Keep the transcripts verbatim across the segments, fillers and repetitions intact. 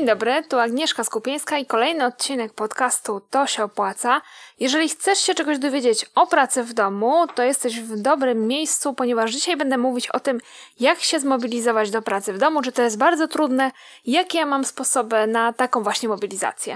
Dzień dobry, tu Agnieszka Skupieńska i kolejny odcinek podcastu To się opłaca. Jeżeli chcesz się czegoś dowiedzieć o pracy w domu, to jesteś w dobrym miejscu, ponieważ dzisiaj będę mówić o tym, jak się zmobilizować do pracy w domu, czy to jest bardzo trudne, jakie ja mam sposoby na taką właśnie mobilizację.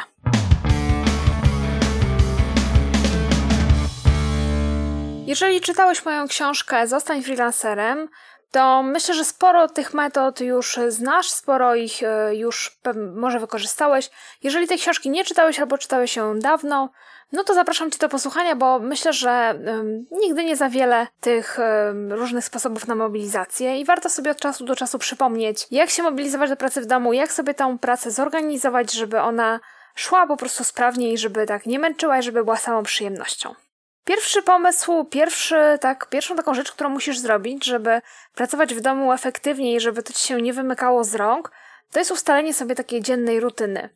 Jeżeli czytałeś moją książkę Zostań freelancerem, to myślę, że sporo tych metod już znasz, sporo ich już może wykorzystałeś. Jeżeli tej książki nie czytałeś albo czytałeś ją dawno, no to zapraszam Cię do posłuchania, bo myślę, że um, nigdy nie za wiele tych um, różnych sposobów na mobilizację i warto sobie od czasu do czasu przypomnieć, jak się mobilizować do pracy w domu, jak sobie tę pracę zorganizować, żeby ona szła po prostu sprawniej i żeby tak nie męczyła i żeby była samą przyjemnością. Pierwszy pomysł, pierwszy, tak, pierwszą taką rzecz, którą musisz zrobić, żeby pracować w domu efektywniej, żeby to Ci się nie wymykało z rąk, to jest ustalenie sobie takiej dziennej rutyny.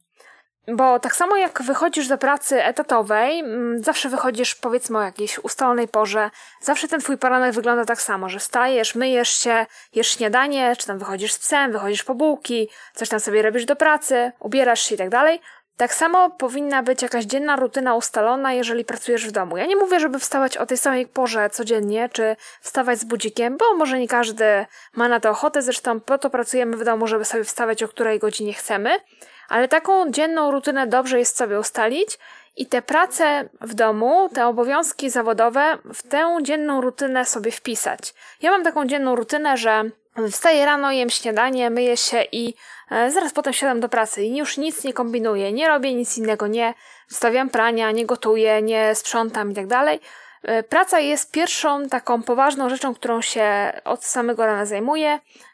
Bo tak samo jak wychodzisz do pracy etatowej, zawsze wychodzisz powiedzmy o jakiejś ustalonej porze, zawsze ten Twój poranek wygląda tak samo, że wstajesz, myjesz się, jesz śniadanie, czy tam wychodzisz z psem, wychodzisz po bułki, coś tam sobie robisz do pracy, ubierasz się i tak dalej. Tak samo powinna być jakaś dzienna rutyna ustalona, jeżeli pracujesz w domu. Ja nie mówię, żeby wstawać o tej samej porze codziennie, czy wstawać z budzikiem, bo może nie każdy ma na to ochotę, zresztą po to pracujemy w domu, żeby sobie wstawać o której godzinie chcemy, ale taką dzienną rutynę dobrze jest sobie ustalić i te prace w domu, te obowiązki zawodowe w tę dzienną rutynę sobie wpisać. Ja mam taką dzienną rutynę, że wstaję rano, jem śniadanie, myję się i e, zaraz potem siadam do pracy i już nic nie kombinuję, nie robię nic innego, nie wstawiam prania, nie gotuję, nie sprzątam i tak dalej. E, praca jest pierwszą taką poważną rzeczą, którą się od samego rana zajmuję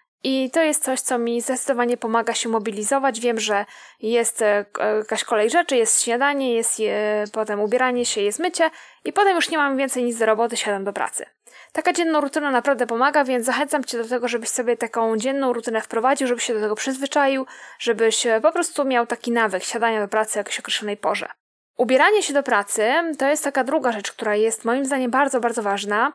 i to jest coś, co mi zdecydowanie pomaga się mobilizować. Wiem, że jest e, jakaś kolej rzeczy, jest śniadanie, jest e, potem ubieranie się, jest mycie i potem już nie mam więcej nic do roboty, siadam do pracy. Taka dzienna rutyna naprawdę pomaga, więc zachęcam Cię do tego, żebyś sobie taką dzienną rutynę wprowadził, żebyś się do tego przyzwyczaił, żebyś po prostu miał taki nawyk siadania do pracy w jakiejś określonej porze. Ubieranie się do pracy to jest taka druga rzecz, która jest moim zdaniem bardzo, bardzo ważna.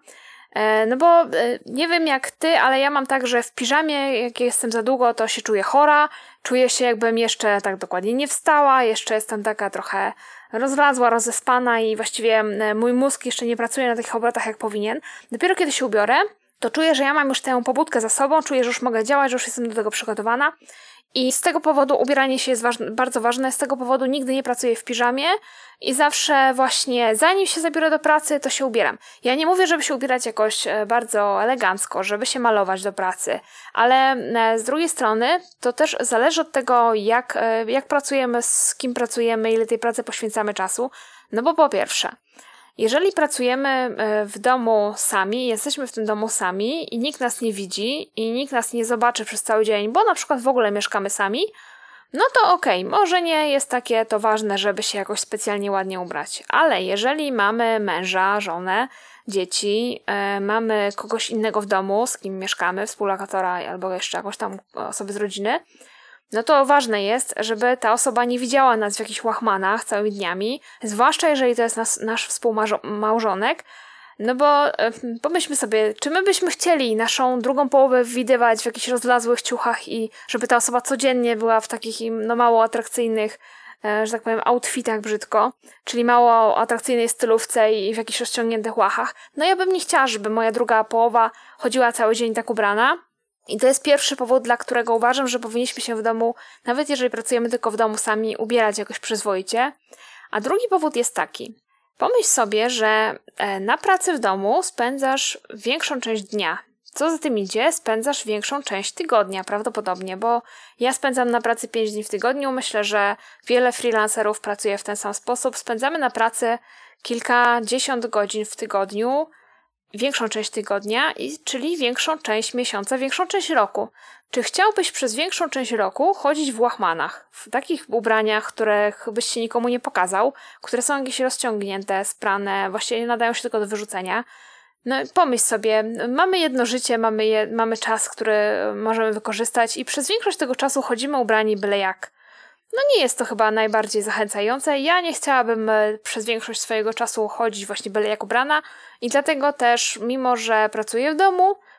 No bo nie wiem jak Ty, ale ja mam tak, że w piżamie jak jestem za długo, to się czuję chora, czuję się jakbym jeszcze tak dokładnie nie wstała, jeszcze jestem taka trochę rozlazła, rozespana i właściwie mój mózg jeszcze nie pracuje na takich obrotach jak powinien. Dopiero kiedy się ubiorę, to czuję, że ja mam już tę pobudkę za sobą, czuję, że już mogę działać, że już jestem do tego przygotowana. I z tego powodu ubieranie się jest ważne, bardzo ważne, z tego powodu nigdy nie pracuję w piżamie i zawsze właśnie zanim się zabiorę do pracy, to się ubieram. Ja nie mówię, żeby się ubierać jakoś bardzo elegancko, żeby się malować do pracy, ale z drugiej strony to też zależy od tego, jak, jak pracujemy, z kim pracujemy, ile tej pracy poświęcamy czasu. No bo po pierwsze, jeżeli pracujemy w domu sami, jesteśmy w tym domu sami i nikt nas nie widzi i nikt nas nie zobaczy przez cały dzień, bo na przykład w ogóle mieszkamy sami, no to okej, okay, może nie jest takie to ważne, żeby się jakoś specjalnie ładnie ubrać, ale jeżeli mamy męża, żonę, dzieci, yy, mamy kogoś innego w domu, z kim mieszkamy, współlokatora albo jeszcze jakąś tam osoby z rodziny, no to ważne jest, żeby ta osoba nie widziała nas w jakichś łachmanach całymi dniami, zwłaszcza jeżeli to jest nas, nasz współmałżonek, no bo e, pomyślmy sobie, czy my byśmy chcieli naszą drugą połowę widywać w jakichś rozlazłych ciuchach i żeby ta osoba codziennie była w takich no mało atrakcyjnych, e, że tak powiem, outfitach brzydko, czyli mało atrakcyjnej stylówce i w jakichś rozciągniętych łachach. No ja bym nie chciała, żeby moja druga połowa chodziła cały dzień tak ubrana. I to jest pierwszy powód, dla którego uważam, że powinniśmy się w domu, nawet jeżeli pracujemy tylko w domu sami, ubierać jakoś przyzwoicie. A drugi powód jest taki. Pomyśl sobie, że na pracy w domu spędzasz większą część dnia. Co za tym idzie, spędzasz większą część tygodnia prawdopodobnie, bo ja spędzam na pracy pięć dni w tygodniu. Myślę, że wiele freelancerów pracuje w ten sam sposób. Spędzamy na pracy kilkadziesiąt godzin w tygodniu, większą część tygodnia, i, czyli większą część miesiąca, większą część roku. Czy chciałbyś przez większą część roku chodzić w łachmanach, w takich ubraniach, których byś się nikomu nie pokazał, które są jakieś rozciągnięte, sprane, właściwie nadają się tylko do wyrzucenia? No pomyśl sobie, mamy jedno życie, mamy, je, mamy czas, który możemy wykorzystać i przez większość tego czasu chodzimy ubrani byle jak. No nie jest to chyba najbardziej zachęcające. Ja nie chciałabym przez większość swojego czasu chodzić właśnie byle jak ubrana i dlatego też, mimo że pracuję w domu,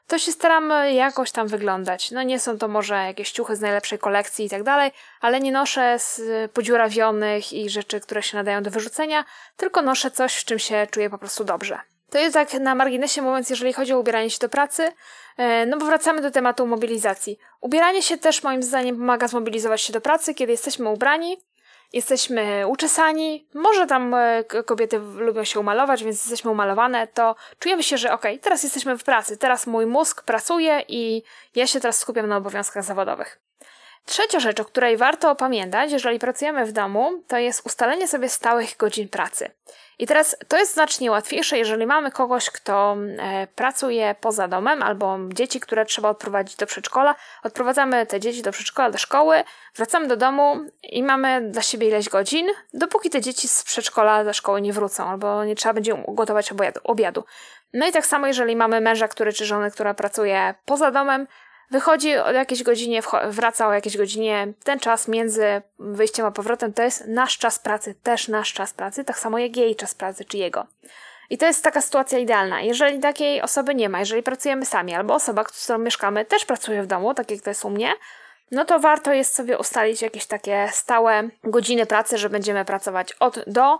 to się staram jakoś tam wyglądać. No nie są to może jakieś ciuchy z najlepszej kolekcji i tak dalej, ale nie noszę z podziurawionych i rzeczy, które się nadają do wyrzucenia, tylko noszę coś, w czym się czuję po prostu dobrze. To jest tak na marginesie mówiąc, jeżeli chodzi o ubieranie się do pracy, no bo wracamy do tematu mobilizacji. Ubieranie się też moim zdaniem pomaga zmobilizować się do pracy, kiedy jesteśmy ubrani, jesteśmy uczesani, może tam kobiety lubią się umalować, więc jesteśmy umalowane, to czujemy się, że okej, okay, teraz jesteśmy w pracy, teraz mój mózg pracuje i ja się teraz skupiam na obowiązkach zawodowych. Trzecia rzecz, o której warto pamiętać, jeżeli pracujemy w domu, to jest ustalenie sobie stałych godzin pracy. I teraz to jest znacznie łatwiejsze, jeżeli mamy kogoś, kto e, pracuje poza domem, albo dzieci, które trzeba odprowadzić do przedszkola. Odprowadzamy te dzieci do przedszkola, do szkoły, wracamy do domu i mamy dla siebie ileś godzin, dopóki te dzieci z przedszkola do szkoły nie wrócą, albo nie trzeba będzie ugotować obiadu. obiadu. No i tak samo, jeżeli mamy męża, który czy żonę, która pracuje poza domem, wychodzi o jakiejś godzinie, wraca o jakiejś godzinie, ten czas między wyjściem a powrotem to jest nasz czas pracy, też nasz czas pracy, tak samo jak jej czas pracy, czy jego. I to jest taka sytuacja idealna. Jeżeli takiej osoby nie ma, jeżeli pracujemy sami, albo osoba, z którą mieszkamy, też pracuje w domu, tak jak to jest u mnie, no to warto jest sobie ustalić jakieś takie stałe godziny pracy, że będziemy pracować od do,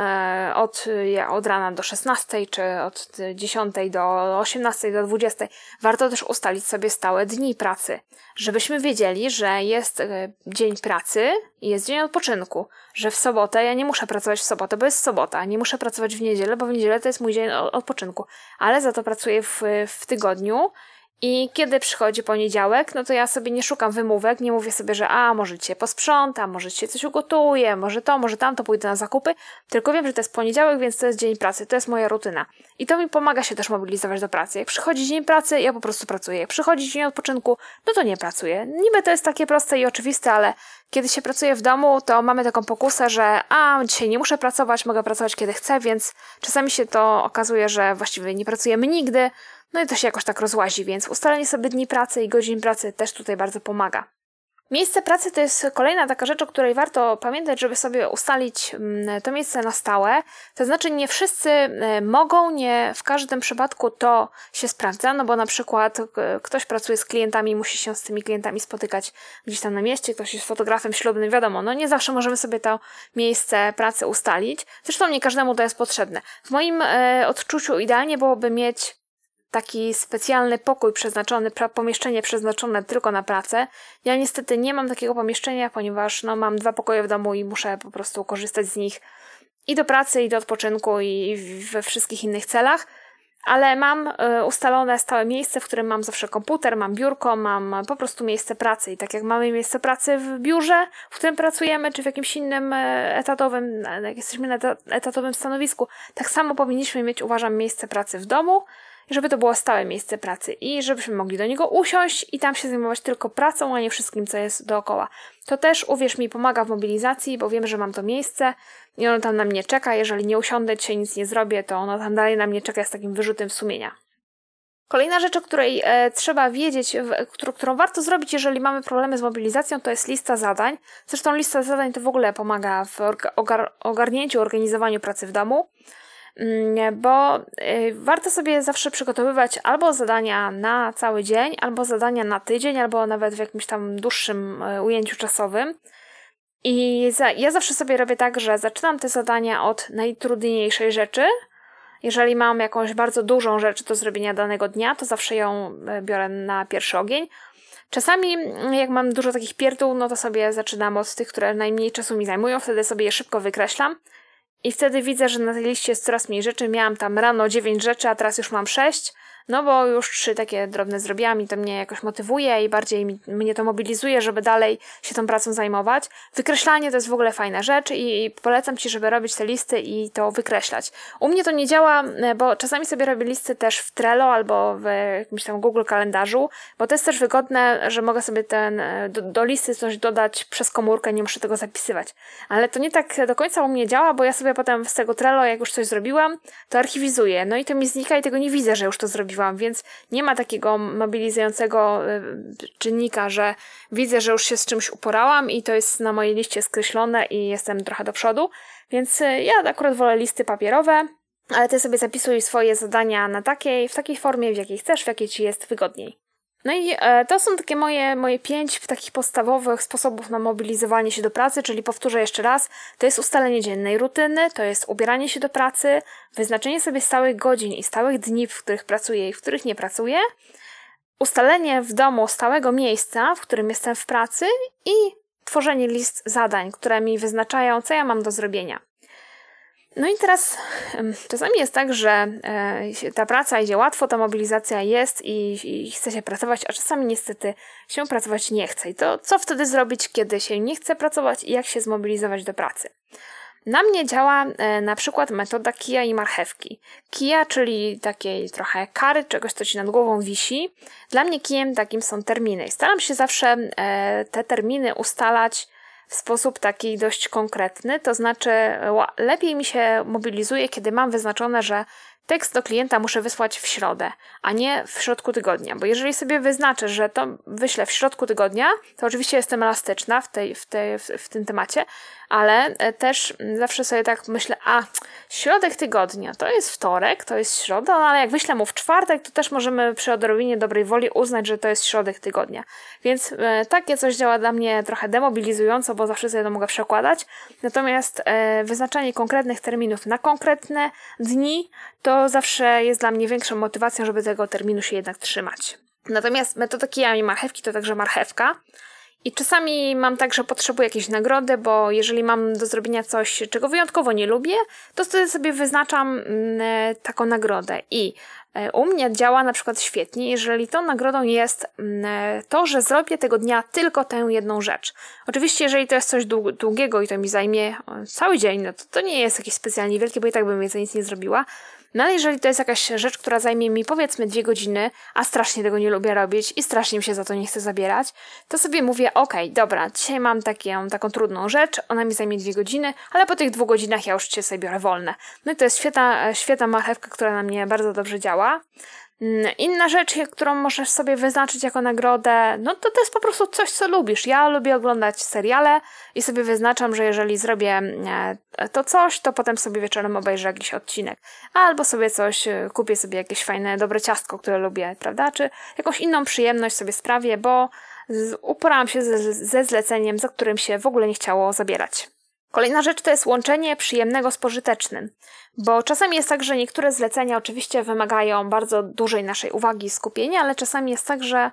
Od, od rana do szesnastej, czy od dziesiątej do osiemnastej, do dwudziestej. Warto też ustalić sobie stałe dni pracy, żebyśmy wiedzieli, że jest dzień pracy i jest dzień odpoczynku, że w sobotę ja nie muszę pracować w sobotę, bo jest sobota, nie muszę pracować w niedzielę, bo w niedzielę to jest mój dzień odpoczynku, ale za to pracuję w, w tygodniu. I kiedy przychodzi poniedziałek, no to ja sobie nie szukam wymówek, nie mówię sobie, że a, może cię posprzątam, może cię coś ugotuję, może to, może tamto, pójdę na zakupy, tylko wiem, że to jest poniedziałek, więc to jest dzień pracy, to jest moja rutyna. I to mi pomaga się też mobilizować do pracy. Jak przychodzi dzień pracy, ja po prostu pracuję. Jak przychodzi dzień odpoczynku, no to nie pracuję. Niby to jest takie proste i oczywiste, ale kiedy się pracuje w domu, to mamy taką pokusę, że a, dzisiaj nie muszę pracować, mogę pracować kiedy chcę, więc czasami się to okazuje, że właściwie nie pracujemy nigdy. No i to się jakoś tak rozłazi, więc ustalenie sobie dni pracy i godzin pracy też tutaj bardzo pomaga. Miejsce pracy to jest kolejna taka rzecz, o której warto pamiętać, żeby sobie ustalić to miejsce na stałe. To znaczy nie wszyscy mogą, nie w każdym przypadku to się sprawdza, no bo na przykład ktoś pracuje z klientami, musi się z tymi klientami spotykać gdzieś tam na mieście, ktoś jest fotografem ślubnym, wiadomo, no nie zawsze możemy sobie to miejsce pracy ustalić. Zresztą nie każdemu to jest potrzebne. W moim odczuciu idealnie byłoby mieć taki specjalny pokój przeznaczony, pomieszczenie przeznaczone tylko na pracę. Ja niestety nie mam takiego pomieszczenia, ponieważ no, mam dwa pokoje w domu i muszę po prostu korzystać z nich i do pracy, i do odpoczynku, i we wszystkich innych celach. Ale mam y, ustalone stałe miejsce, w którym mam zawsze komputer, mam biurko, mam po prostu miejsce pracy. I tak jak mamy miejsce pracy w biurze, w którym pracujemy, czy w jakimś innym etatowym, jak jesteśmy na etatowym stanowisku, tak samo powinniśmy mieć, uważam, miejsce pracy w domu, i żeby to było stałe miejsce pracy i żebyśmy mogli do niego usiąść i tam się zajmować tylko pracą, a nie wszystkim, co jest dookoła. To też, uwierz mi, pomaga w mobilizacji, bo wiem, że mam to miejsce i ono tam na mnie czeka. Jeżeli nie usiądę, dzisiaj nic nie zrobię, to ono tam dalej na mnie czeka z takim wyrzutem sumienia. Kolejna rzecz, o której e, trzeba wiedzieć, w, którą, którą warto zrobić, jeżeli mamy problemy z mobilizacją, to jest lista zadań. Zresztą lista zadań to w ogóle pomaga w orga, ogar, ogarnięciu, organizowaniu pracy w domu. Bo warto sobie zawsze przygotowywać albo zadania na cały dzień, albo zadania na tydzień, albo nawet w jakimś tam dłuższym ujęciu czasowym. I za, ja zawsze sobie robię tak, że zaczynam te zadania od najtrudniejszej rzeczy. Jeżeli mam jakąś bardzo dużą rzecz do zrobienia danego dnia, to zawsze ją biorę na pierwszy ogień. Czasami jak mam dużo takich pierdół, no to sobie zaczynam od tych, które najmniej czasu mi zajmują, wtedy sobie je szybko wykreślam. I wtedy widzę, że na tej liście jest coraz mniej rzeczy. Miałam tam rano dziewięć rzeczy, a teraz już mam sześć. No bo już trzy takie drobne zrobiłam i to mnie jakoś motywuje i bardziej mi, mnie to mobilizuje, żeby dalej się tą pracą zajmować. Wykreślanie to jest w ogóle fajna rzecz i polecam Ci, żeby robić te listy i to wykreślać. U mnie to nie działa, bo czasami sobie robię listy też w Trello albo w jakimś tam Google kalendarzu, bo to jest też wygodne, że mogę sobie ten, do, do listy coś dodać przez komórkę, nie muszę tego zapisywać. Ale to nie tak do końca u mnie działa, bo ja sobie potem z tego Trello, jak już coś zrobiłam, to archiwizuję. No i to mi znika i tego nie widzę, że już to zrobiłam. Więc nie ma takiego mobilizującego czynnika, że widzę, że już się z czymś uporałam i to jest na mojej liście skreślone i jestem trochę do przodu. Więc ja akurat wolę listy papierowe. ale ty sobie zapisuj swoje zadania na takiej, w takiej formie, w jakiej chcesz, w jakiej ci jest wygodniej. No i e, to są takie moje, moje pięć takich podstawowych sposobów na mobilizowanie się do pracy, czyli powtórzę jeszcze raz, to jest ustalenie dziennej rutyny, to jest ubieranie się do pracy, wyznaczenie sobie stałych godzin i stałych dni, w których pracuję i w których nie pracuję, ustalenie w domu stałego miejsca, w którym jestem w pracy i tworzenie list zadań, które mi wyznaczają, co ja mam do zrobienia. No i teraz czasami jest tak, że e, ta praca idzie łatwo, ta mobilizacja jest i, i chce się pracować, a czasami niestety się pracować nie chce. I to co wtedy zrobić, kiedy się nie chce pracować i jak się zmobilizować do pracy? Na mnie działa e, na przykład metoda kija i marchewki. Kija, czyli takiej trochę kary, czegoś, co ci nad głową wisi. Dla mnie kijem takim są terminy. I staram się zawsze e, te terminy ustalać w sposób taki dość konkretny, to znaczy lepiej mi się mobilizuje, kiedy mam wyznaczone, że tekst do klienta muszę wysłać w środę, a nie w środku tygodnia, bo jeżeli sobie wyznaczę, że to wyślę w środku tygodnia, to oczywiście jestem elastyczna w, tej, w, tej, w, w tym temacie, ale też zawsze sobie tak myślę, a środek tygodnia to jest wtorek, to jest środa, no ale jak wyślę mu w czwartek, to też możemy przy odrobinie dobrej woli uznać, że to jest środek tygodnia. Więc e, takie coś działa dla mnie trochę demobilizująco, bo zawsze sobie to mogę przekładać. Natomiast e, wyznaczanie konkretnych terminów na konkretne dni to zawsze jest dla mnie większą motywacją, żeby tego terminu się jednak trzymać. Natomiast metoda kija i marchewki to także marchewka. I czasami mam tak, że potrzebuję jakiejś nagrody, bo jeżeli mam do zrobienia coś, czego wyjątkowo nie lubię, to wtedy sobie wyznaczam mm, taką nagrodę. I e, u mnie działa na przykład świetnie, jeżeli tą nagrodą jest mm, to, że zrobię tego dnia tylko tę jedną rzecz. Oczywiście, jeżeli to jest coś dłu- długiego i to mi zajmie cały dzień, no to to nie jest jakieś specjalnie wielkie, bo i tak bym więcej nic nie zrobiła. No ale jeżeli to jest jakaś rzecz, która zajmie mi powiedzmy dwie godziny, a strasznie tego nie lubię robić i strasznie mi się za to nie chce zabierać, to sobie mówię, okej, okay, dobra, dzisiaj mam takie, taką trudną rzecz, ona mi zajmie dwie godziny, ale po tych dwóch godzinach ja już się sobie biorę wolne. No i to jest świetna, świetna marchewka, która na mnie bardzo dobrze działa. Inna rzecz, którą możesz sobie wyznaczyć jako nagrodę, no to to jest po prostu coś, co lubisz. Ja lubię oglądać seriale i sobie wyznaczam, że jeżeli zrobię to coś, to potem sobie wieczorem obejrzę jakiś odcinek. Albo sobie coś, kupię sobie jakieś fajne, dobre ciastko, które lubię, prawda? Czy jakąś inną przyjemność sobie sprawię, bo uporałam się ze, ze zleceniem, za którym się w ogóle nie chciało zabierać. Kolejna rzecz to jest łączenie przyjemnego z pożytecznym, bo czasami jest tak, że niektóre zlecenia oczywiście wymagają bardzo dużej naszej uwagi i skupienia, ale czasami jest tak, że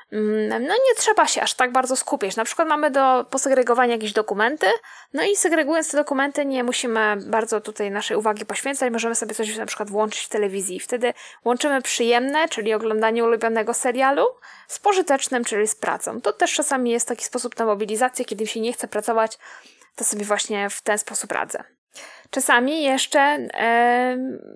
mm, no nie trzeba się aż tak bardzo skupić. Na przykład mamy do posegregowania jakieś dokumenty, no i segregując te dokumenty nie musimy bardzo tutaj naszej uwagi poświęcać, możemy sobie coś na przykład włączyć w telewizji. Wtedy łączymy przyjemne, czyli oglądanie ulubionego serialu, z pożytecznym, czyli z pracą. To też czasami jest taki sposób na mobilizację, kiedy mi się nie chce pracować, to sobie właśnie w ten sposób radzę. Czasami jeszcze e,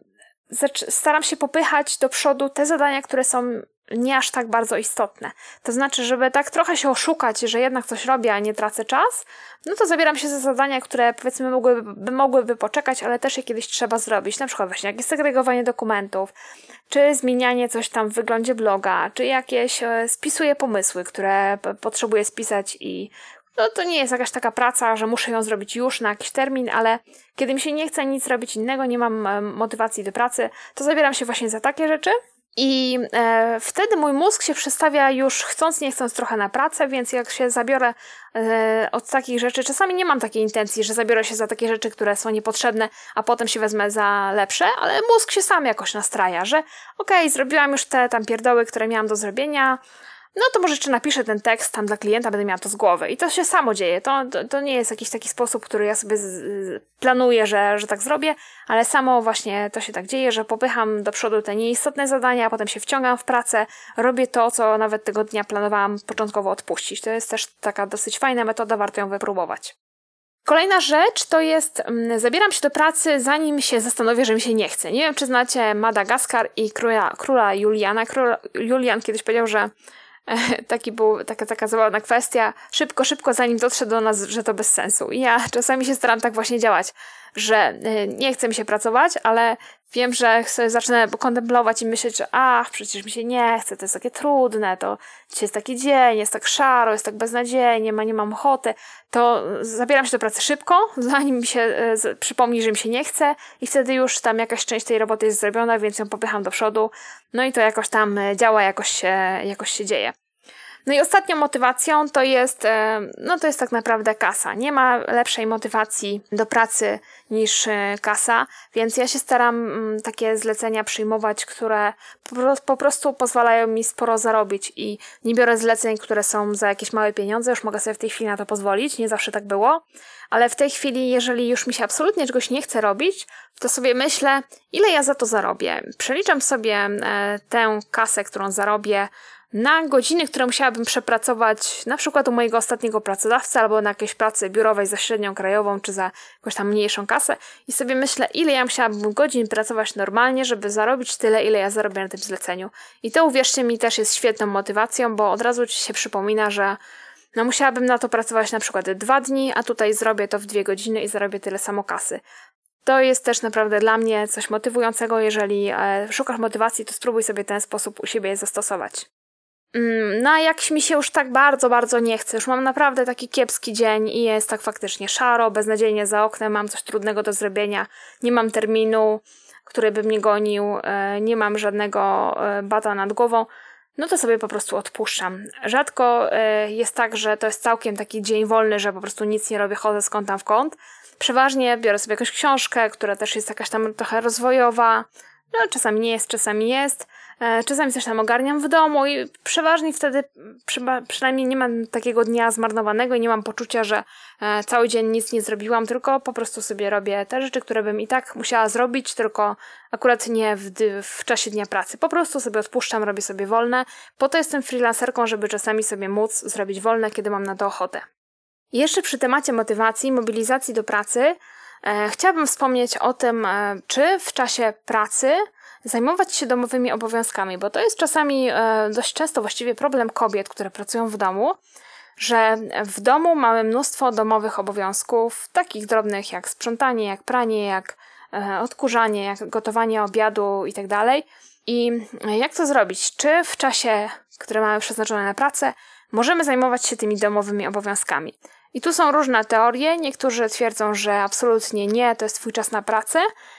staram się popychać do przodu te zadania, które są nie aż tak bardzo istotne. To znaczy, żeby tak trochę się oszukać, że jednak coś robię, a nie tracę czas, no to zabieram się za zadania, które powiedzmy mogłyby, mogłyby poczekać, ale też je kiedyś trzeba zrobić. Na przykład właśnie jakieś segregowanie dokumentów, czy zmienianie coś tam w wyglądzie bloga, czy jakieś e, spisuję pomysły, które p- potrzebuję spisać i no to nie jest jakaś taka praca, że muszę ją zrobić już na jakiś termin, ale kiedy mi się nie chce nic robić innego, nie mam motywacji do pracy, to zabieram się właśnie za takie rzeczy i e, wtedy mój mózg się przestawia już chcąc, nie chcąc trochę na pracę, więc jak się zabiorę e, od takich rzeczy, czasami nie mam takiej intencji, że zabiorę się za takie rzeczy, które są niepotrzebne, a potem się wezmę za lepsze, ale mózg się sam jakoś nastraja, że okej, okay, zrobiłam już te tam pierdoły, które miałam do zrobienia, no to może jeszcze napiszę ten tekst tam dla klienta, będę miała to z głowy. I to się samo dzieje. To, to, to nie jest jakiś taki sposób, który ja sobie z, planuję, że, że tak zrobię, ale samo właśnie to się tak dzieje, że popycham do przodu te nieistotne zadania, a potem się wciągam w pracę, robię to, co nawet tego dnia planowałam początkowo odpuścić. To jest też taka dosyć fajna metoda, warto ją wypróbować. Kolejna rzecz to jest, mm, zabieram się do pracy, zanim się zastanowię, że mi się nie chce. Nie wiem, czy znacie Madagaskar i króla, króla Juliana. Król Julian kiedyś powiedział, że Taki był, taka, taka zabawna kwestia, szybko, szybko, zanim dotrze do nas, że to bez sensu. I ja czasami się staram tak właśnie działać, że nie chce mi się pracować, ale wiem, że sobie zacznę kontemplować i myśleć, że ach, przecież mi się nie chce, to jest takie trudne, to dzisiaj jest taki dzień, jest tak szaro, jest tak beznadziejnie, ma, nie mam ochoty, to zabieram się do pracy szybko, zanim mi się e, przypomni, że mi się nie chce i wtedy już tam jakaś część tej roboty jest zrobiona, więc ją popycham do przodu, no i to jakoś tam działa, jakoś się, jakoś się dzieje. No i ostatnią motywacją to jest, no to jest tak naprawdę kasa. Nie ma lepszej motywacji do pracy niż kasa, więc ja się staram takie zlecenia przyjmować, które po prostu pozwalają mi sporo zarobić i nie biorę zleceń, które są za jakieś małe pieniądze, już mogę sobie w tej chwili na to pozwolić, nie zawsze tak było, ale w tej chwili, jeżeli już mi się absolutnie czegoś nie chce robić, to sobie myślę, ile ja za to zarobię. Przeliczam sobie tę kasę, którą zarobię, na godziny, które musiałabym przepracować na przykład u mojego ostatniego pracodawcy albo na jakiejś pracy biurowej za średnią krajową czy za jakąś tam mniejszą kasę i sobie myślę, ile ja musiałabym godzin pracować normalnie, żeby zarobić tyle, ile ja zarobię na tym zleceniu. I to, uwierzcie mi, też jest świetną motywacją, bo od razu ci się przypomina, że no musiałabym na to pracować na przykład dwa dni, a tutaj zrobię to w dwie godziny i zarobię tyle samo kasy. To jest też naprawdę dla mnie coś motywującego. Jeżeli e, szukasz motywacji, to spróbuj sobie ten sposób u siebie zastosować. No a jak mi się już tak bardzo, bardzo nie chce, już mam naprawdę taki kiepski dzień i jest tak faktycznie szaro, beznadziejnie za oknem, mam coś trudnego do zrobienia, nie mam terminu, który by mnie gonił, nie mam żadnego bata nad głową, no to sobie po prostu odpuszczam. Rzadko jest tak, że to jest całkiem taki dzień wolny, że po prostu nic nie robię, chodzę z kąta w kąt. Przeważnie biorę sobie jakąś książkę, która też jest jakaś tam trochę rozwojowa, no czasami nie jest, czasami jest. Czasami coś tam ogarniam w domu i przeważnie wtedy przy, przynajmniej nie mam takiego dnia zmarnowanego i nie mam poczucia, że e, cały dzień nic nie zrobiłam, tylko po prostu sobie robię te rzeczy, które bym i tak musiała zrobić, tylko akurat nie w, w czasie dnia pracy. Po prostu sobie odpuszczam, robię sobie wolne. Po to jestem freelancerką, żeby czasami sobie móc zrobić wolne, kiedy mam na to ochotę. I jeszcze przy temacie motywacji, mobilizacji do pracy e, chciałabym wspomnieć o tym, e, czy w czasie pracy zajmować się domowymi obowiązkami, bo to jest czasami e, dość często właściwie problem kobiet, które pracują w domu, że w domu mamy mnóstwo domowych obowiązków, takich drobnych jak sprzątanie, jak pranie, jak e, odkurzanie, jak gotowanie obiadu itd. I jak to zrobić? Czy w czasie, który mamy przeznaczone na pracę, możemy zajmować się tymi domowymi obowiązkami? I tu są różne teorie. Niektórzy twierdzą, że absolutnie nie, to jest twój czas na pracę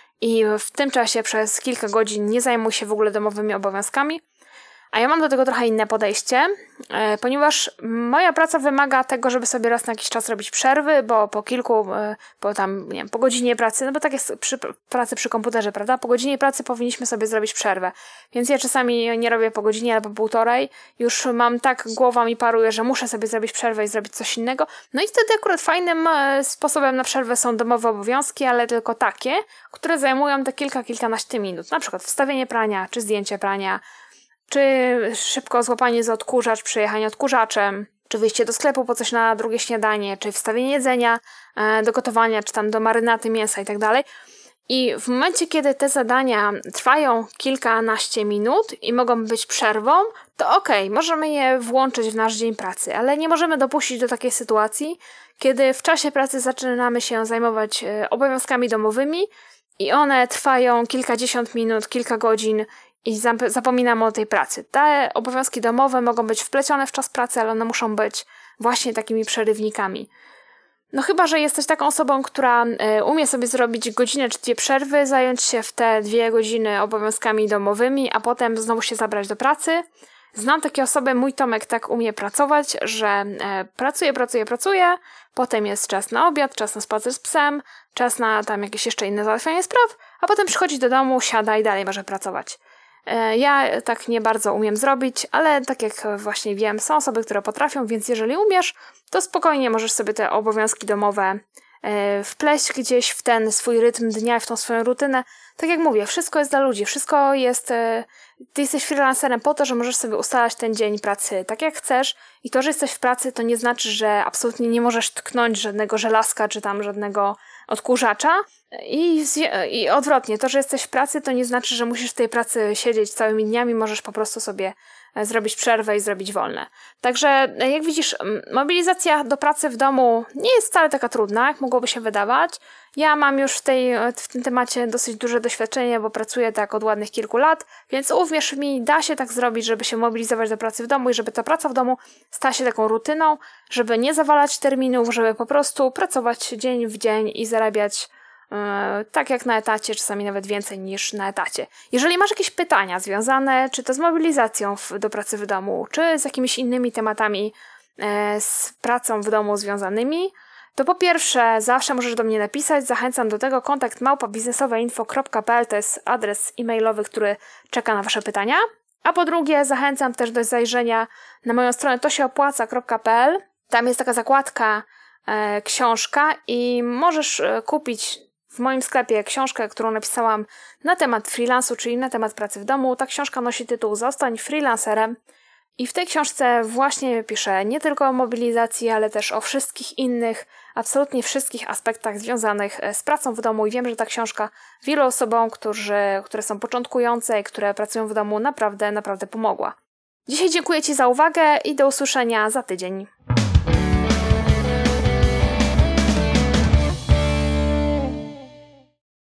i w tym czasie przez kilka godzin nie zajmuj się w ogóle domowymi obowiązkami. A ja mam do tego trochę inne podejście, e, ponieważ moja praca wymaga tego, żeby sobie raz na jakiś czas robić przerwy, bo po kilku, e, po tam, nie wiem, po godzinie pracy, no bo tak jest przy pracy przy komputerze, prawda? Po godzinie pracy powinniśmy sobie zrobić przerwę. Więc ja czasami nie robię po godzinie albo półtorej. Już mam tak, głowa mi paruje, że muszę sobie zrobić przerwę i zrobić coś innego. No i wtedy akurat fajnym e, sposobem na przerwę są domowe obowiązki, ale tylko takie, które zajmują te kilka, kilkanaście minut. Na przykład wstawienie prania, czy zdjęcie prania, czy szybko złapanie za odkurzacz, przejechanie odkurzaczem, czy wyjście do sklepu po coś na drugie śniadanie, czy wstawienie jedzenia e, do gotowania, czy tam do marynaty mięsa i tak dalej. I w momencie, kiedy te zadania trwają kilkanaście minut i mogą być przerwą, to okej, okay, możemy je włączyć w nasz dzień pracy, ale nie możemy dopuścić do takiej sytuacji, kiedy w czasie pracy zaczynamy się zajmować e, obowiązkami domowymi i one trwają kilkadziesiąt minut, kilka godzin i zapominamy o tej pracy. Te obowiązki domowe mogą być wplecione w czas pracy, ale one muszą być właśnie takimi przerywnikami. No chyba, że jesteś taką osobą, która umie sobie zrobić godzinę czy dwie przerwy, zająć się w te dwie godziny obowiązkami domowymi, a potem znowu się zabrać do pracy. Znam takie osoby, mój Tomek tak umie pracować, że pracuje, pracuje, pracuje, potem jest czas na obiad, czas na spacer z psem, czas na tam jakieś jeszcze inne załatwianie spraw, a potem przychodzi do domu, siada i dalej może pracować. Ja tak nie bardzo umiem zrobić, ale tak jak właśnie wiem, są osoby, które potrafią, więc jeżeli umiesz, to spokojnie możesz sobie te obowiązki domowe wpleść gdzieś w ten swój rytm dnia, w tą swoją rutynę. Tak jak mówię, wszystko jest dla ludzi, wszystko jest... Ty jesteś freelancerem po to, że możesz sobie ustalać ten dzień pracy tak jak chcesz i to, że jesteś w pracy, to nie znaczy, że absolutnie nie możesz tknąć żadnego żelazka czy tam żadnego odkurzacza i, i odwrotnie, to, że jesteś w pracy, to nie znaczy, że musisz w tej pracy siedzieć całymi dniami, możesz po prostu sobie zrobić przerwę i zrobić wolne. Także jak widzisz, mobilizacja do pracy w domu nie jest wcale taka trudna, jak mogłoby się wydawać. Ja mam już w, tej, w tym temacie dosyć duże doświadczenie, bo pracuję tak od ładnych kilku lat, więc uwierz mi, da się tak zrobić, żeby się mobilizować do pracy w domu i żeby ta praca w domu stała się taką rutyną, żeby nie zawalać terminów, żeby po prostu pracować dzień w dzień i zarabiać yy, tak jak na etacie, czasami nawet więcej niż na etacie. Jeżeli masz jakieś pytania związane czy to z mobilizacją w, do pracy w domu, czy z jakimiś innymi tematami yy, z pracą w domu związanymi, to po pierwsze zawsze możesz do mnie napisać, zachęcam do tego, kontakt małpa biznesoweinfo kropka p l to jest adres e-mailowy, który czeka na wasze pytania, a po drugie zachęcam też do zajrzenia na moją stronę to się opłaca kropka p l, tam jest taka zakładka e, książka i możesz e, kupić w moim sklepie książkę, którą napisałam na temat freelansu, czyli na temat pracy w domu. Ta książka nosi tytuł Zostań freelancerem. I w tej książce właśnie piszę nie tylko o mobilizacji, ale też o wszystkich innych, absolutnie wszystkich aspektach związanych z pracą w domu i wiem, że ta książka wielu osobom, którzy, które są początkujące i które pracują w domu, naprawdę, naprawdę pomogła. Dzisiaj dziękuję Ci za uwagę i do usłyszenia za tydzień.